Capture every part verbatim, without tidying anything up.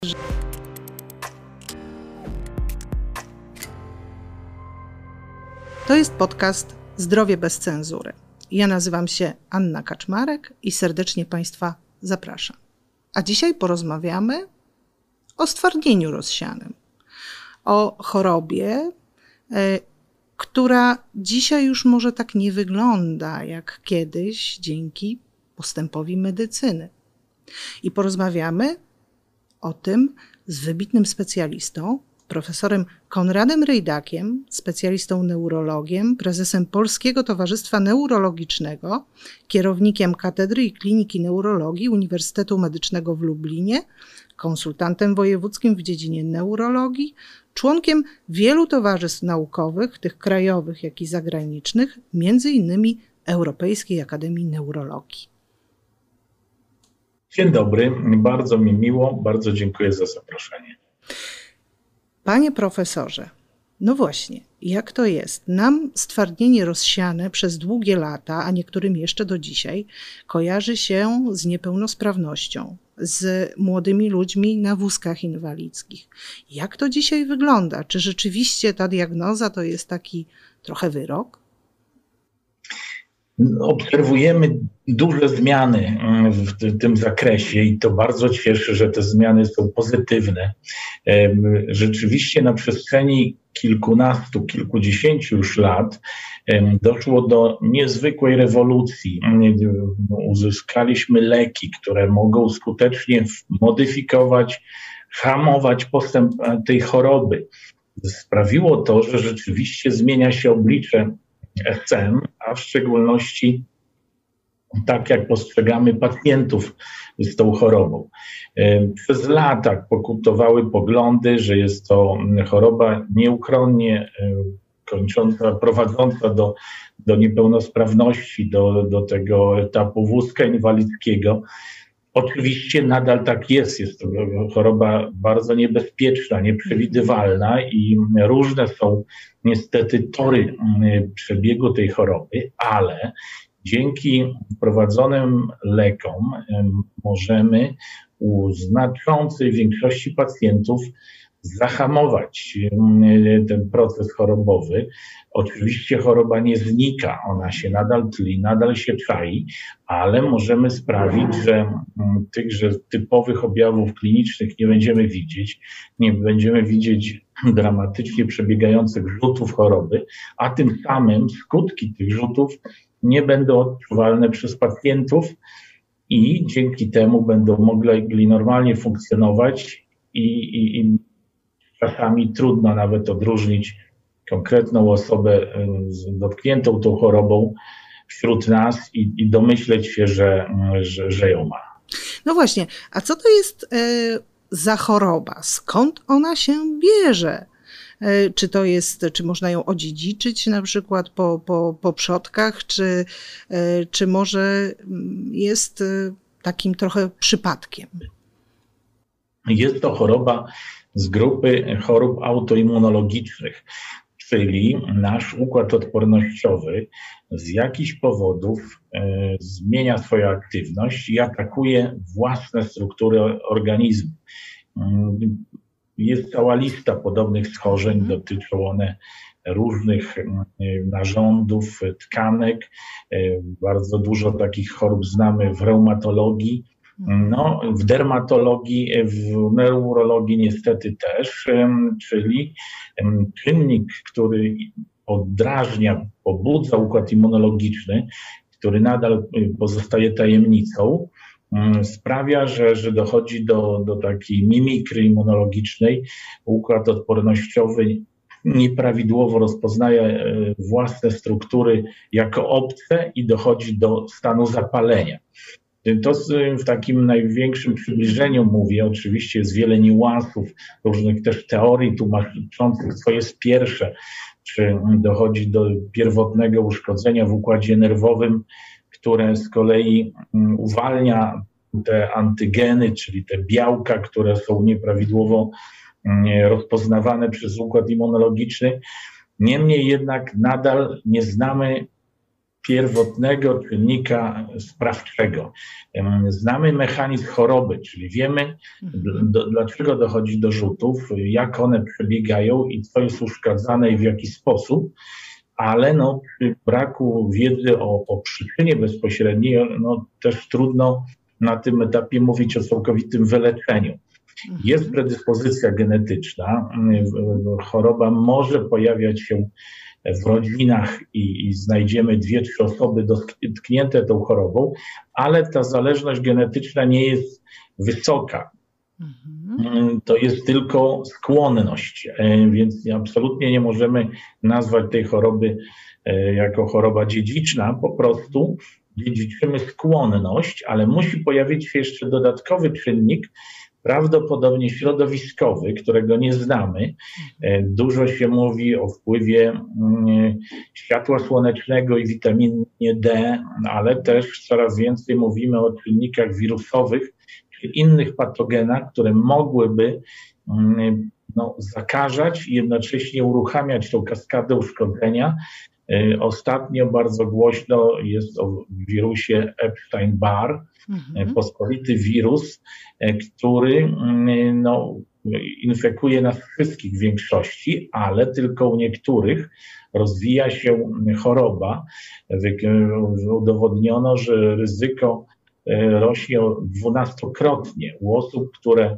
To jest podcast Zdrowie bez cenzury. Ja nazywam się Anna Kaczmarek i serdecznie Państwa zapraszam. A dzisiaj porozmawiamy o stwardnieniu rozsianym, o chorobie, y, która dzisiaj już może tak nie wygląda jak kiedyś dzięki postępowi medycyny. I porozmawiamy o tym z wybitnym specjalistą, profesorem Konradem Rejdakiem, specjalistą neurologiem, prezesem Polskiego Towarzystwa Neurologicznego, kierownikiem Katedry i Kliniki Neurologii Uniwersytetu Medycznego w Lublinie, konsultantem wojewódzkim w dziedzinie neurologii, członkiem wielu towarzystw naukowych, tych krajowych, jak i zagranicznych, między innymi Europejskiej Akademii Neurologii. Dzień dobry, bardzo mi miło, bardzo dziękuję za zaproszenie. Panie profesorze, no właśnie, jak to jest? Nam stwardnienie rozsiane przez długie lata, a niektórym jeszcze do dzisiaj, kojarzy się z niepełnosprawnością, z młodymi ludźmi na wózkach inwalidzkich. Jak to dzisiaj wygląda? Czy rzeczywiście ta diagnoza to jest taki trochę wyrok? Obserwujemy duże zmiany w tym zakresie i to bardzo cieszy, że te zmiany są pozytywne. Rzeczywiście na przestrzeni kilkunastu, kilkudziesięciu już lat doszło do niezwykłej rewolucji. Uzyskaliśmy leki, które mogą skutecznie modyfikować, hamować postęp tej choroby. Sprawiło to, że rzeczywiście zmienia się oblicze S M, a w szczególności tak jak postrzegamy pacjentów z tą chorobą. Przez lata pokutowały poglądy, że jest to choroba nieuchronnie kończąca, prowadząca do, do niepełnosprawności, do, do tego etapu wózka inwalidzkiego. Oczywiście nadal tak jest. Jest to choroba bardzo niebezpieczna, nieprzewidywalna i różne są niestety tory przebiegu tej choroby, ale dzięki wprowadzonym lekom możemy u znaczącej większości pacjentów zahamować ten proces chorobowy. Oczywiście choroba nie znika, ona się nadal tli, nadal się czai, ale możemy sprawić, że tychże typowych objawów klinicznych nie będziemy widzieć, nie będziemy widzieć dramatycznie przebiegających rzutów choroby, a tym samym skutki tych rzutów nie będą odczuwalne przez pacjentów i dzięki temu będą mogli normalnie funkcjonować i, i, i czasami trudno nawet odróżnić konkretną osobę dotkniętą tą chorobą wśród nas i, i domyśleć się, że, że, że ją ma. No właśnie, a co to jest e, za choroba? Skąd ona się bierze? E, czy to jest, czy można ją odziedziczyć na przykład po, po, po przodkach, czy, e, czy może jest e, takim trochę przypadkiem? Jest to choroba z grupy chorób autoimmunologicznych, czyli nasz układ odpornościowy z jakichś powodów e, zmienia swoją aktywność i atakuje własne struktury organizmu. Jest cała lista podobnych schorzeń, dotyczą one różnych narządów, tkanek. E, bardzo dużo takich chorób znamy w reumatologii. No, w dermatologii, w neurologii niestety też, czyli czynnik, który oddrażnia, pobudza układ immunologiczny, który nadal pozostaje tajemnicą, sprawia, że, że dochodzi do, do takiej mimikry immunologicznej. Układ odpornościowy nieprawidłowo rozpoznaje własne struktury jako obce i dochodzi do stanu zapalenia. To w takim największym przybliżeniu mówię, oczywiście jest wiele niuansów, różnych też teorii tłumaczących, co jest pierwsze, czy dochodzi do pierwotnego uszkodzenia w układzie nerwowym, które z kolei uwalnia te antygeny, czyli te białka, które są nieprawidłowo rozpoznawane przez układ immunologiczny. Niemniej jednak nadal nie znamy pierwotnego czynnika sprawczego. Znamy mechanizm choroby, czyli wiemy, do, dlaczego dochodzi do rzutów, jak one przebiegają i co jest uszkadzane i w jaki sposób, ale no, przy braku wiedzy o, o przyczynie bezpośredniej, no, też trudno na tym etapie mówić o całkowitym wyleczeniu. Jest predyspozycja genetyczna, choroba może pojawiać się w rodzinach i, i znajdziemy dwie, trzy osoby dotknięte tą chorobą, ale ta zależność genetyczna nie jest wysoka. Mhm. To jest tylko skłonność, więc absolutnie nie możemy nazwać tej choroby jako choroba dziedziczna, po prostu dziedziczymy skłonność, ale musi pojawić się jeszcze dodatkowy czynnik, prawdopodobnie środowiskowy, którego nie znamy. Dużo się mówi o wpływie światła słonecznego i witaminie D, ale też coraz więcej mówimy o czynnikach wirusowych czy innych patogenach, które mogłyby no, zakażać i jednocześnie uruchamiać tą kaskadę uszkodzenia. Ostatnio bardzo głośno jest o wirusie Epstein-Barr, mhm. pospolity wirus, który no, infekuje nas wszystkich w większości, ale tylko u niektórych rozwija się choroba. Udowodniono, że ryzyko rośnie dwunastokrotnie u osób, które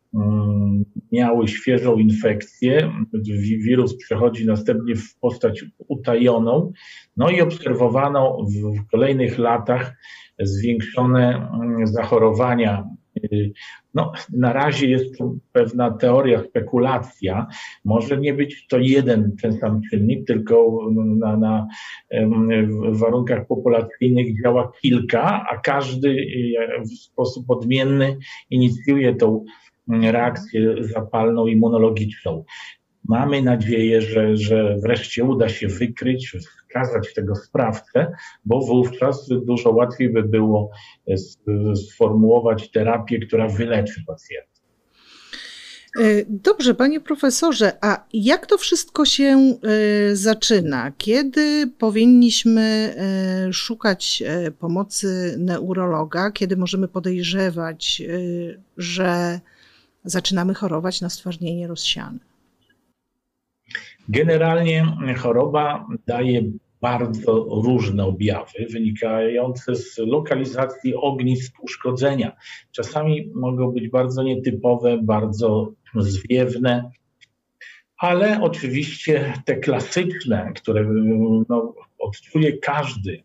miały świeżą infekcję, wirus przechodzi następnie w postać utajoną, no i obserwowano w kolejnych latach zwiększone zachorowania. No, na razie jest to pewna teoria, spekulacja. Może nie być to jeden ten sam czynnik, tylko na, na w warunkach populacyjnych działa kilka, a każdy w sposób odmienny inicjuje tą reakcję zapalną, immunologiczną. Mamy nadzieję, że, że wreszcie uda się wykryć, wskazać tego sprawcę, bo wówczas dużo łatwiej by było sformułować terapię, która wyleczy pacjenta. Dobrze, panie profesorze, a jak to wszystko się zaczyna? Kiedy powinniśmy szukać pomocy neurologa? Kiedy możemy podejrzewać, że zaczynamy chorować na stwardnienie rozsiane? Generalnie choroba daje bardzo różne objawy wynikające z lokalizacji ognisk uszkodzenia. Czasami mogą być bardzo nietypowe, bardzo zwiewne, ale oczywiście te klasyczne, które no, odczuje każdy,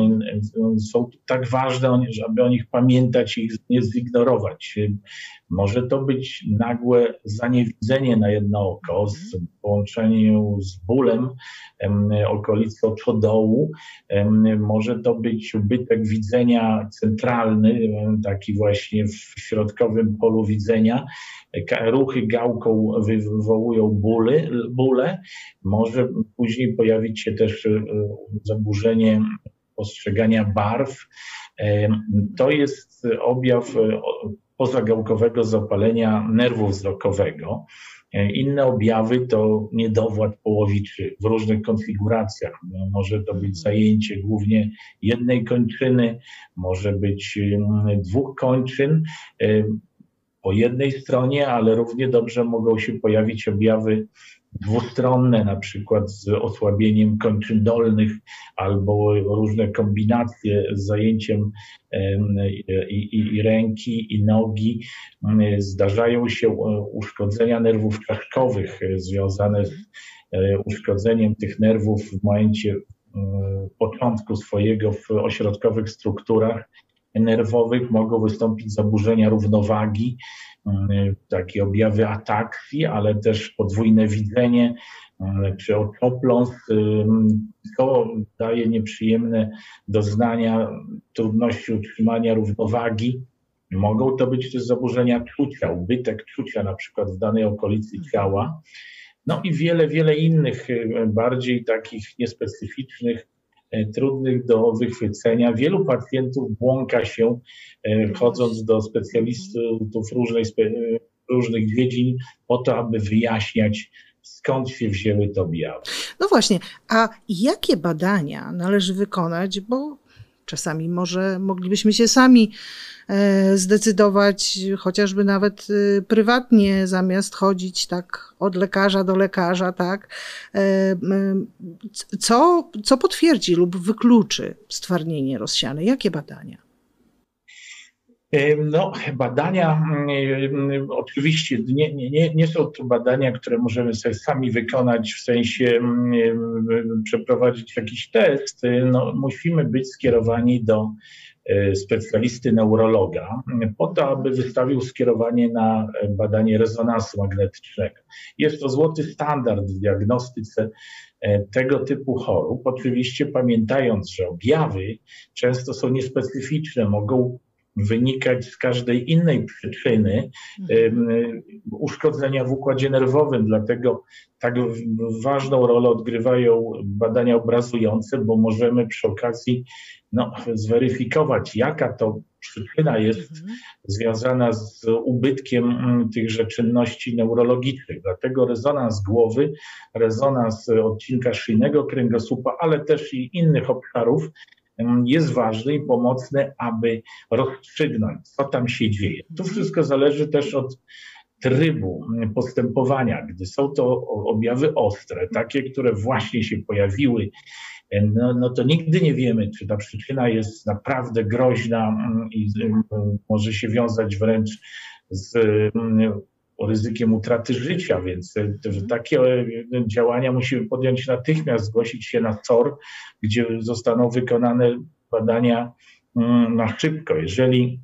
są tak ważne, aby o nich pamiętać i ich nie zignorować. Może to być nagłe zaniewidzenie na jedno oko w połączeniu z bólem okolicy oczodołu. Może to być ubytek widzenia centralny, taki właśnie w środkowym polu widzenia. Ruchy gałką wywołują bóle, bóle. Może później pojawić się też zaburzenie postrzegania barw. To jest objaw pozagałkowego zapalenia nerwu wzrokowego. Inne objawy to niedowład połowiczy w różnych konfiguracjach. Może to być zajęcie głównie jednej kończyny, może być dwóch kończyn po jednej stronie, ale równie dobrze mogą się pojawić objawy dwustronne, na przykład z osłabieniem kończyn dolnych albo różne kombinacje z zajęciem i, i, i ręki, i nogi. Zdarzają się uszkodzenia nerwów czaszkowych związane z uszkodzeniem tych nerwów w momencie początku swojego w ośrodkowych strukturach nerwowych. Mogą wystąpić zaburzenia równowagi, takie objawy ataksji, ale też podwójne widzenie czy oczopląs. To daje nieprzyjemne doznania, trudności utrzymania równowagi. Mogą to być też zaburzenia czucia, ubytek czucia na przykład w danej okolicy ciała. No i wiele, wiele innych, bardziej takich niespecyficznych, trudnych do wychwycenia. Wielu pacjentów błąka się, chodząc do specjalistów różnych, różnych dziedzin po to, aby wyjaśniać skąd się wzięły te objawy. No właśnie, a jakie badania należy wykonać, bo czasami może moglibyśmy się sami zdecydować, chociażby nawet prywatnie, zamiast chodzić tak od lekarza do lekarza, tak? Co, co potwierdzi lub wykluczy stwardnienie rozsiane? Jakie badania? No, badania oczywiście nie, nie, nie są to badania, które możemy sobie sami wykonać, w sensie przeprowadzić jakiś test. No, musimy być skierowani do specjalisty neurologa po to, aby wystawił skierowanie na badanie rezonansu magnetycznego. Jest to złoty standard w diagnostyce tego typu chorób. Oczywiście pamiętając, że objawy często są niespecyficzne, mogą wynikać z każdej innej przyczyny um, uszkodzenia w układzie nerwowym. Dlatego tak ważną rolę odgrywają badania obrazujące, bo możemy przy okazji no, zweryfikować, jaka to przyczyna jest mhm. związana z ubytkiem tychże czynności neurologicznych. Dlatego rezonans głowy, rezonans odcinka szyjnego kręgosłupa, ale też i innych obszarów jest ważny i pomocny, aby rozstrzygnąć, co tam się dzieje. Tu wszystko zależy też od trybu postępowania. Gdy są to objawy ostre, takie, które właśnie się pojawiły, no, no to nigdy nie wiemy, czy ta przyczyna jest naprawdę groźna i może się wiązać wręcz z ryzykiem utraty życia, więc takie działania musimy podjąć natychmiast, zgłosić się na C O R, gdzie zostaną wykonane badania na szybko. Jeżeli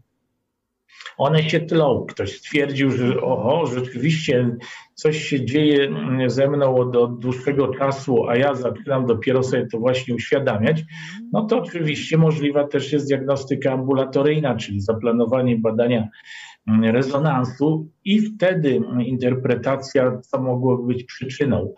one się tlą, ktoś stwierdził, że oho, rzeczywiście coś się dzieje ze mną od, od dłuższego czasu, a ja zaczynam dopiero sobie to właśnie uświadamiać, no to oczywiście możliwa też jest diagnostyka ambulatoryjna, czyli zaplanowanie badania rezonansu i wtedy interpretacja, co mogłoby być przyczyną.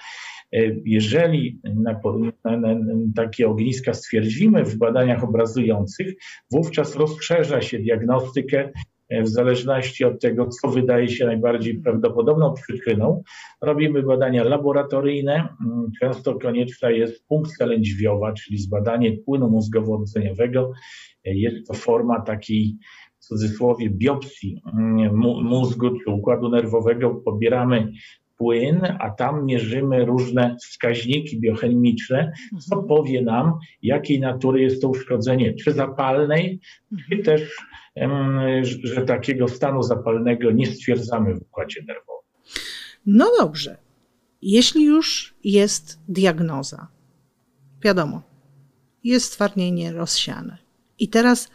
Jeżeli na, na, na takie ogniska stwierdzimy w badaniach obrazujących, wówczas rozszerza się diagnostykę w zależności od tego, co wydaje się najbardziej prawdopodobną przyczyną. Robimy badania laboratoryjne. Często konieczna jest punkcja lędźwiowa, czyli zbadanie płynu mózgowo-rdzeniowego. Jest to forma takiej, w cudzysłowie, biopsji mózgu czy układu nerwowego. Pobieramy płyn, a tam mierzymy różne wskaźniki biochemiczne, co powie nam, jakiej natury jest to uszkodzenie, czy zapalnej, czy też, że takiego stanu zapalnego nie stwierdzamy w układzie nerwowym. No dobrze, jeśli już jest diagnoza, wiadomo, jest stwardnienie rozsiane. I teraz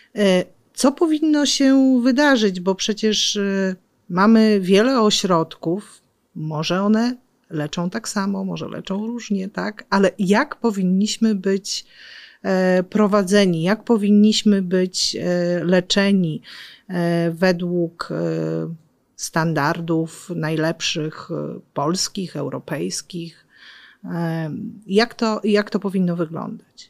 co powinno się wydarzyć, bo przecież mamy wiele ośrodków, może one leczą tak samo, może leczą różnie, tak? Ale jak powinniśmy być prowadzeni, jak powinniśmy być leczeni według standardów najlepszych polskich, europejskich? Jak to, jak to powinno wyglądać?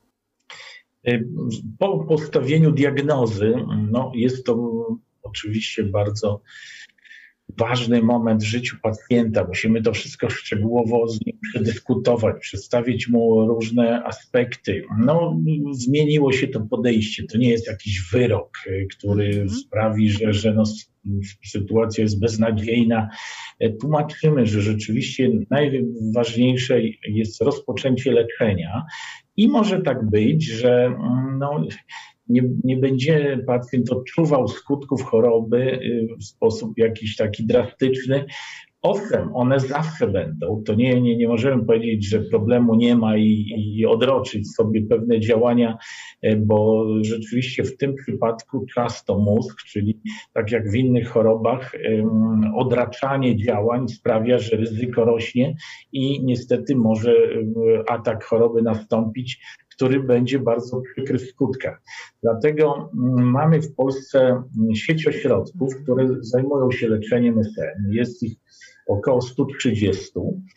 Po postawieniu diagnozy, no jest to oczywiście bardzo ważny moment w życiu pacjenta. Musimy to wszystko szczegółowo z nim przedyskutować, przedstawić mu różne aspekty. No, zmieniło się to podejście. To nie jest jakiś wyrok, który sprawi, że, że no, sytuacja jest beznadziejna. Tłumaczymy, że rzeczywiście najważniejsze jest rozpoczęcie leczenia i może tak być, że no, Nie, nie będzie pacjent odczuwał skutków choroby w sposób jakiś taki drastyczny. Owszem, one zawsze będą. To nie, nie, nie możemy powiedzieć, że problemu nie ma i, i odroczyć sobie pewne działania, bo rzeczywiście w tym przypadku czas to mózg, czyli tak jak w innych chorobach, odraczanie działań sprawia, że ryzyko rośnie i niestety może atak choroby nastąpić, który będzie bardzo przykry w skutkach. Dlatego mamy w Polsce sieć ośrodków, które zajmują się leczeniem S N. Jest ich około sto trzydzieści.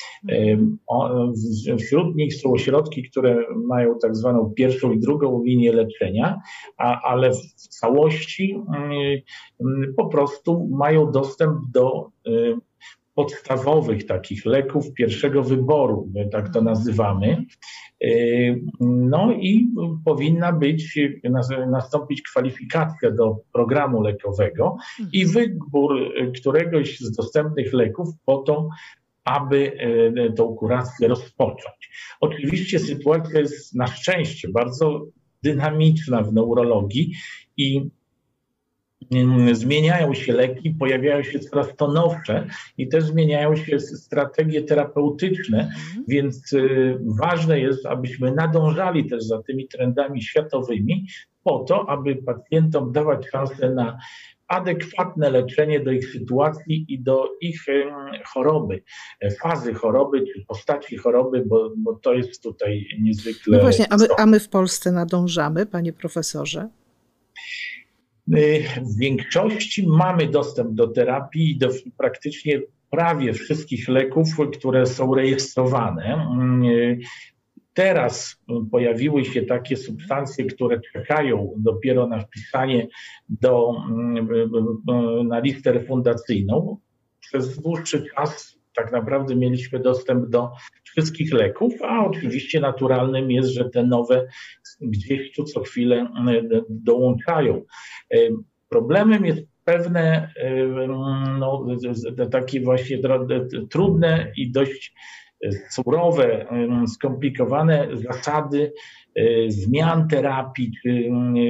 Wśród nich są ośrodki, które mają tak zwaną pierwszą i drugą linię leczenia, a, ale w całości po prostu mają dostęp do podstawowych takich leków pierwszego wyboru, my tak to nazywamy. No i powinna być, nastąpić kwalifikacja do programu lekowego i wybór któregoś z dostępnych leków po to, aby tą kurację rozpocząć. Oczywiście sytuacja jest na szczęście bardzo dynamiczna w neurologii i zmieniają się leki, pojawiają się coraz to nowsze i też zmieniają się strategie terapeutyczne, mm. więc y, ważne jest, abyśmy nadążali też za tymi trendami światowymi po to, aby pacjentom dawać szansę na adekwatne leczenie do ich sytuacji i do ich y, choroby, fazy choroby czy postaci choroby, bo, bo to jest tutaj niezwykle... No właśnie, a my, a my w Polsce nadążamy, panie profesorze? W większości mamy dostęp do terapii i do praktycznie prawie wszystkich leków, które są rejestrowane. Teraz pojawiły się takie substancje, które czekają dopiero na wpisanie do, na listę refundacyjną. Przez dłuższy czas tak naprawdę mieliśmy dostęp do wszystkich leków, a oczywiście naturalnym jest, że te nowe gdzieś tu co chwilę dołączają. Problemem jest pewne no, takie właśnie trudne i dość surowe, skomplikowane zasady zmian terapii czy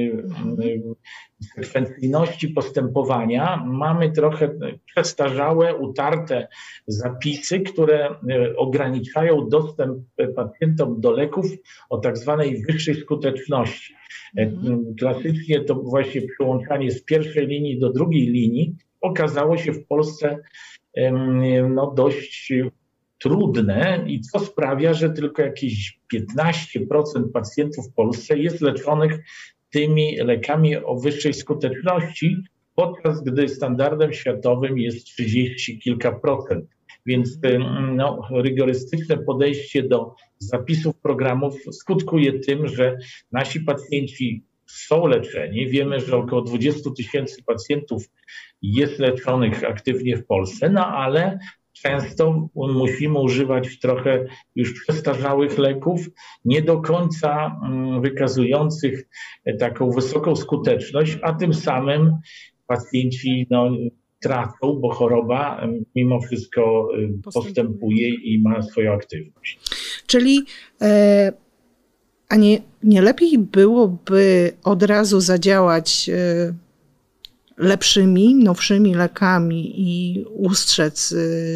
sekwencyjności postępowania. Mamy trochę przestarzałe, utarte zapisy, które ograniczają dostęp pacjentom do leków o tak zwanej wyższej skuteczności. Klasycznie to właśnie przyłączanie z pierwszej linii do drugiej linii okazało się w Polsce no, dość trudne i co sprawia, że tylko jakieś piętnaście procent pacjentów w Polsce jest leczonych tymi lekami o wyższej skuteczności, podczas gdy standardem światowym jest trzydzieści kilka procent. Więc no, rygorystyczne podejście do zapisów programów skutkuje tym, że nasi pacjenci są leczeni. Wiemy, że około dwadzieścia tysięcy pacjentów jest leczonych aktywnie w Polsce, no ale często musimy używać trochę już przestarzałych leków, nie do końca wykazujących taką wysoką skuteczność, a tym samym pacjenci no, tracą, bo choroba mimo wszystko postępuje, postępuje i ma swoją aktywność. Czyli e, a nie, nie lepiej byłoby od razu zadziałać e, lepszymi, nowszymi lekami i ustrzec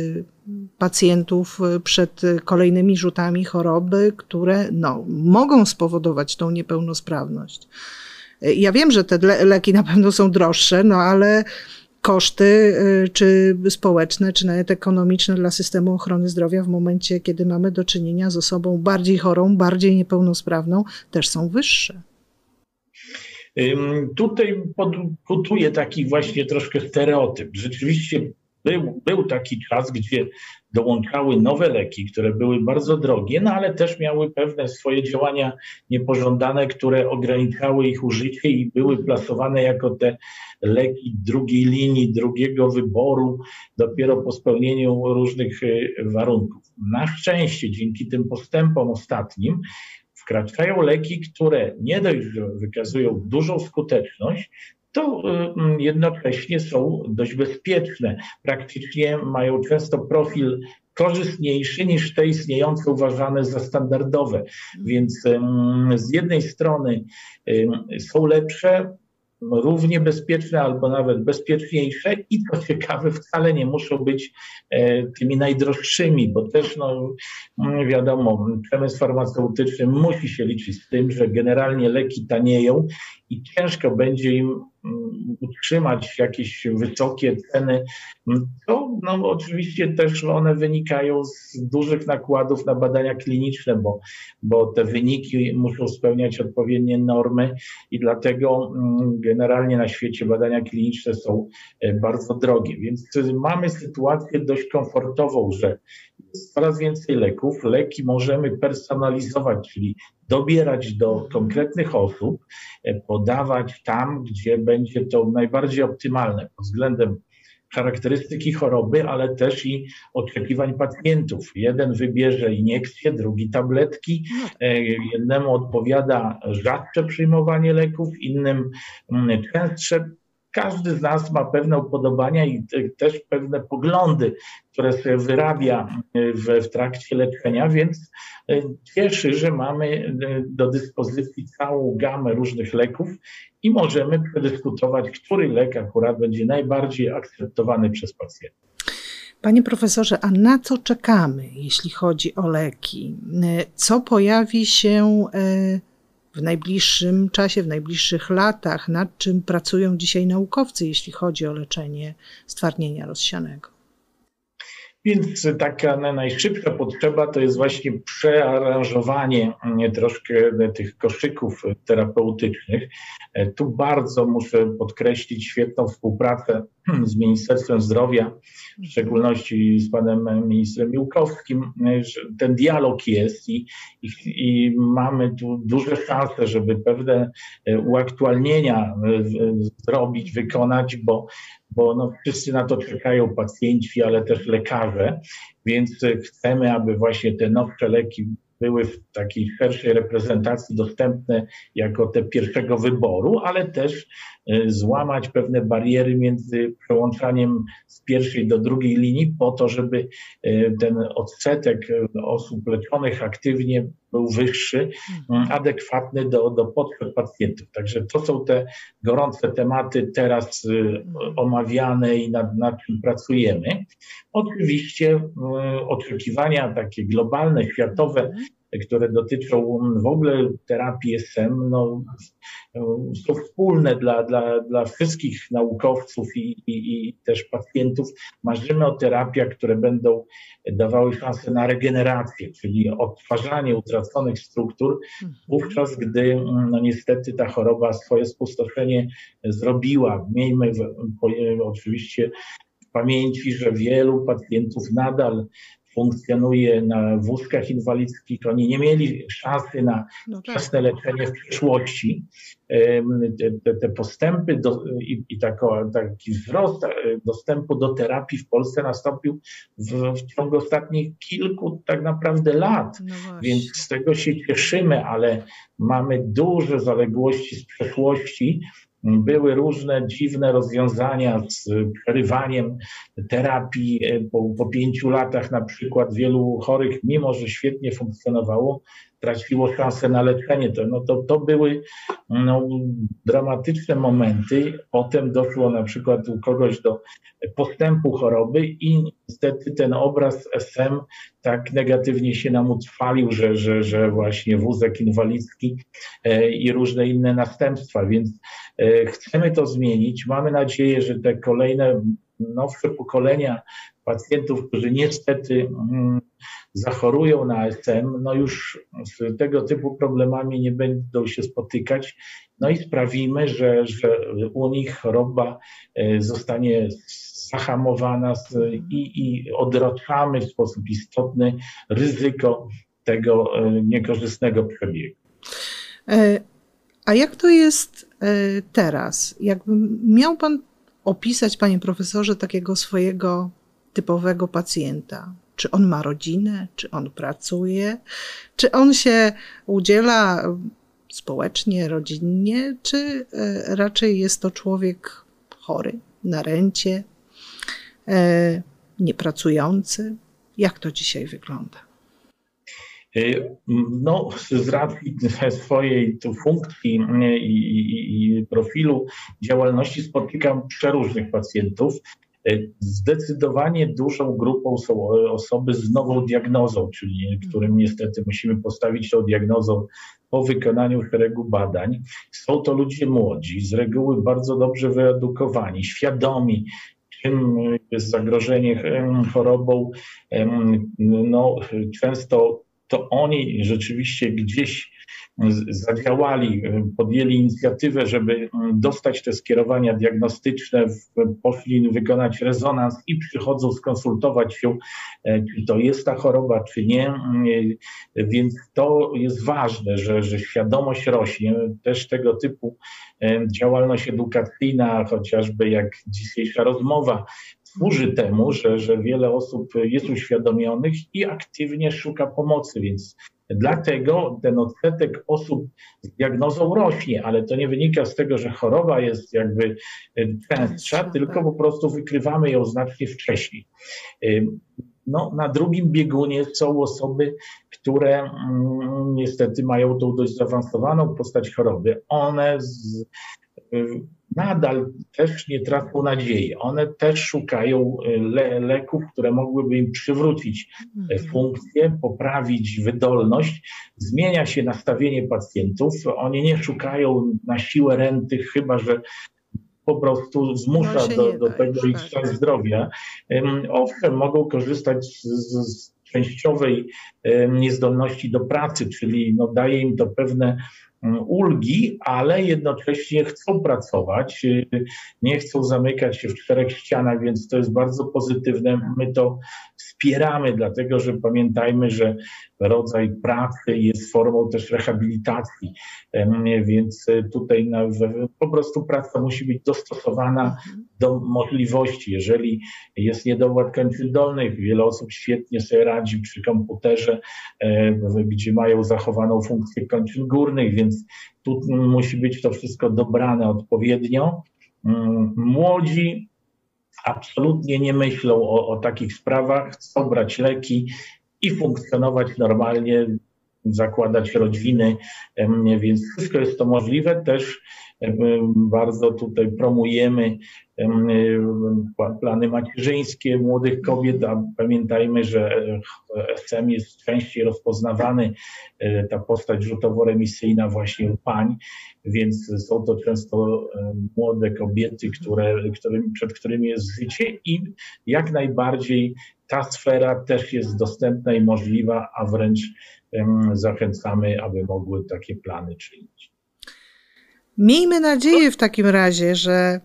pacjentów przed kolejnymi rzutami choroby, które no, mogą spowodować tą niepełnosprawność. Ja wiem, że te leki na pewno są droższe, no ale koszty czy społeczne, czy nawet ekonomiczne dla systemu ochrony zdrowia w momencie, kiedy mamy do czynienia z osobą bardziej chorą, bardziej niepełnosprawną, też są wyższe. Tutaj pokutuje taki właśnie troszkę stereotyp. Rzeczywiście był, był taki czas, gdzie dołączały nowe leki, które były bardzo drogie, no ale też miały pewne swoje działania niepożądane, które ograniczały ich użycie i były plasowane jako te leki drugiej linii, drugiego wyboru, dopiero po spełnieniu różnych warunków. Na szczęście dzięki tym postępom ostatnim wkraczają leki, które nie dość, że wykazują dużą skuteczność, to jednocześnie są dość bezpieczne. Praktycznie mają często profil korzystniejszy niż te istniejące uważane za standardowe. Więc z jednej strony są lepsze, równie bezpieczne albo nawet bezpieczniejsze i co ciekawe wcale nie muszą być e, tymi najdroższymi, bo też no, wiadomo, przemysł farmaceutyczny musi się liczyć z tym, że generalnie leki tanieją i ciężko będzie im utrzymać jakieś wysokie ceny. To no, oczywiście też one wynikają z dużych nakładów na badania kliniczne, bo, bo te wyniki muszą spełniać odpowiednie normy i dlatego generalnie na świecie badania kliniczne są bardzo drogie. Więc mamy sytuację dość komfortową, że jest coraz więcej leków. Leki możemy personalizować, czyli dobierać do konkretnych osób, podawać tam, gdzie będzie to najbardziej optymalne pod względem charakterystyki choroby, ale też i oczekiwań pacjentów. Jeden wybierze iniekcję, drugi tabletki, jednemu odpowiada rzadsze przyjmowanie leków, innym częstsze. Każdy z nas ma pewne upodobania i też pewne poglądy, które sobie wyrabia w, w trakcie leczenia, więc cieszy, że mamy do dyspozycji całą gamę różnych leków i możemy przedyskutować, który lek akurat będzie najbardziej akceptowany przez pacjenta. Panie profesorze, a na co czekamy, jeśli chodzi o leki? Co pojawi się w najbliższym czasie, w najbliższych latach? Nad czym pracują dzisiaj naukowcy, jeśli chodzi o leczenie stwardnienia rozsianego? Więc taka najszybsza potrzeba to jest właśnie przearanżowanie troszkę tych koszyków terapeutycznych. Tu bardzo muszę podkreślić świetną współpracę z Ministerstwem Zdrowia, w szczególności z panem ministrem Miłkowskim. Ten dialog jest i, i, i mamy tu duże szanse, żeby pewne uaktualnienia zrobić, wykonać, bo bo no, wszyscy na to czekają, pacjenci, ale też lekarze, więc chcemy, aby właśnie te nowsze leki były w takiej szerszej reprezentacji dostępne jako te pierwszego wyboru, ale też złamać pewne bariery między przełączaniem z pierwszej do drugiej linii po to, żeby ten odsetek osób leczonych aktywnie był wyższy, adekwatny do, do potrzeb pacjentów. Także to są te gorące tematy teraz omawiane i nad, nad czym pracujemy. Oczywiście oczekiwania takie globalne, światowe, które dotyczą w ogóle terapii S M, no, są wspólne dla, dla, dla wszystkich naukowców i, i, i też pacjentów. Marzymy o terapiach, które będą dawały szansę na regenerację, czyli odtwarzanie utraconych struktur, wówczas gdy no niestety ta choroba swoje spustoszenie zrobiła. Miejmy w, oczywiście w pamięci, że wielu pacjentów nadal funkcjonuje na wózkach inwalidzkich. Oni nie mieli szansy na wczesne leczenie w przeszłości. Te, te postępy do, i, i tako, taki wzrost dostępu do terapii w Polsce nastąpił w, w ciągu ostatnich kilku tak naprawdę lat. No więc z tego się cieszymy, ale mamy duże zaległości z przeszłości. Były różne dziwne rozwiązania z przerywaniem terapii. Po, po pięciu latach na przykład wielu chorych, mimo że świetnie funkcjonowało, traciło szansę na leczenie. To, no to, to były no, dramatyczne momenty. Potem doszło na przykład u kogoś do postępu choroby i niestety ten obraz S M tak negatywnie się nam utrwalił, że, że, że właśnie wózek inwalidzki e, i różne inne następstwa. Więc e, chcemy to zmienić. Mamy nadzieję, że te kolejne nowsze pokolenia pacjentów, którzy niestety mm, zachorują na S M, no już z tego typu problemami nie będą się spotykać. No i sprawimy, że, że u nich choroba zostanie zahamowana i, i odraczamy w sposób istotny ryzyko tego niekorzystnego przebiegu. A jak to jest teraz? Jakby miał pan opisać, panie profesorze, takiego swojego typowego pacjenta? Czy on ma rodzinę, czy on pracuje, czy on się udziela społecznie, rodzinnie, czy raczej jest to człowiek chory, na rencie, niepracujący? Jak to dzisiaj wygląda? No, z racji swojej tu funkcji i, i, i profilu działalności spotykam przeróżnych pacjentów. Zdecydowanie dużą grupą są osoby z nową diagnozą, czyli którym niestety musimy postawić tą diagnozą po wykonaniu szeregu badań. Są to ludzie młodzi, z reguły bardzo dobrze wyedukowani, świadomi, czym jest zagrożenie chorobą. No, często to oni rzeczywiście gdzieś zadziałali, podjęli inicjatywę, żeby dostać te skierowania diagnostyczne, poszli wykonać rezonans i przychodzą skonsultować się, czy to jest ta choroba, czy nie. Więc to jest ważne, że, że świadomość rośnie. Też tego typu działalność edukacyjna, chociażby jak dzisiejsza rozmowa, służy temu, że, że wiele osób jest uświadomionych i aktywnie szuka pomocy, więc dlatego ten odsetek osób z diagnozą rośnie, ale to nie wynika z tego, że choroba jest jakby częstsza, tylko po prostu wykrywamy ją znacznie wcześniej. No, na drugim biegunie są osoby, które mm, niestety mają tą dość zaawansowaną postać choroby. One z, nadal też nie tracą nadziei. One też szukają le leków, które mogłyby im przywrócić funkcję, poprawić wydolność. Zmienia się nastawienie pacjentów. Oni nie szukają na siłę renty, chyba że po prostu zmusza no do, do tego ich stan zdrowia. Owszem, mogą korzystać z, z częściowej niezdolności do pracy, czyli no daje im to pewne ulgi, ale jednocześnie chcą pracować, nie chcą zamykać się w czterech ścianach, więc to jest bardzo pozytywne. My to wspieramy, dlatego że pamiętajmy, że rodzaj pracy jest formą też rehabilitacji, więc tutaj po prostu praca musi być dostosowana do możliwości. Jeżeli jest niedowład kończyn dolnych, wiele osób świetnie sobie radzi przy komputerze, gdzie mają zachowaną funkcję kończyn górnych, więc tu musi być to wszystko dobrane odpowiednio. Młodzi absolutnie nie myślą o, o takich sprawach, chcą brać leki i funkcjonować normalnie, zakładać rodziny, więc wszystko jest to możliwe. Też bardzo tutaj promujemy plany macierzyńskie młodych kobiet, a pamiętajmy, że S M jest częściej rozpoznawany, ta postać rzutowo-remisyjna właśnie u pań, więc są to często młode kobiety, które, którym, przed którymi jest życie i jak najbardziej ta sfera też jest dostępna i możliwa, a wręcz zachęcamy, aby mogły takie plany czynić. Miejmy nadzieję w takim razie, że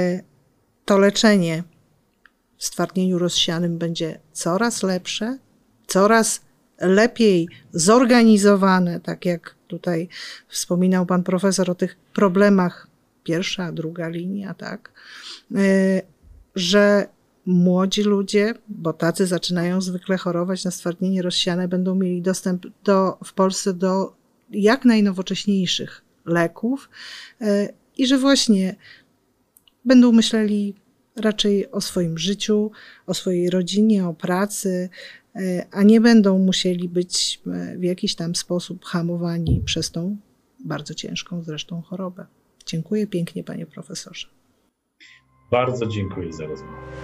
to leczenie w stwardnieniu rozsianym będzie coraz lepsze, coraz lepiej zorganizowane, tak jak tutaj wspominał pan profesor o tych problemach pierwsza, druga linia, tak, że młodzi ludzie, bo tacy zaczynają zwykle chorować na stwardnienie rozsiane, będą mieli dostęp do, w Polsce do jak najnowocześniejszych leków i że właśnie będą myśleli raczej o swoim życiu, o swojej rodzinie, o pracy, a nie będą musieli być w jakiś tam sposób hamowani przez tą bardzo ciężką zresztą chorobę. Dziękuję pięknie, panie profesorze. Bardzo dziękuję za rozmowę.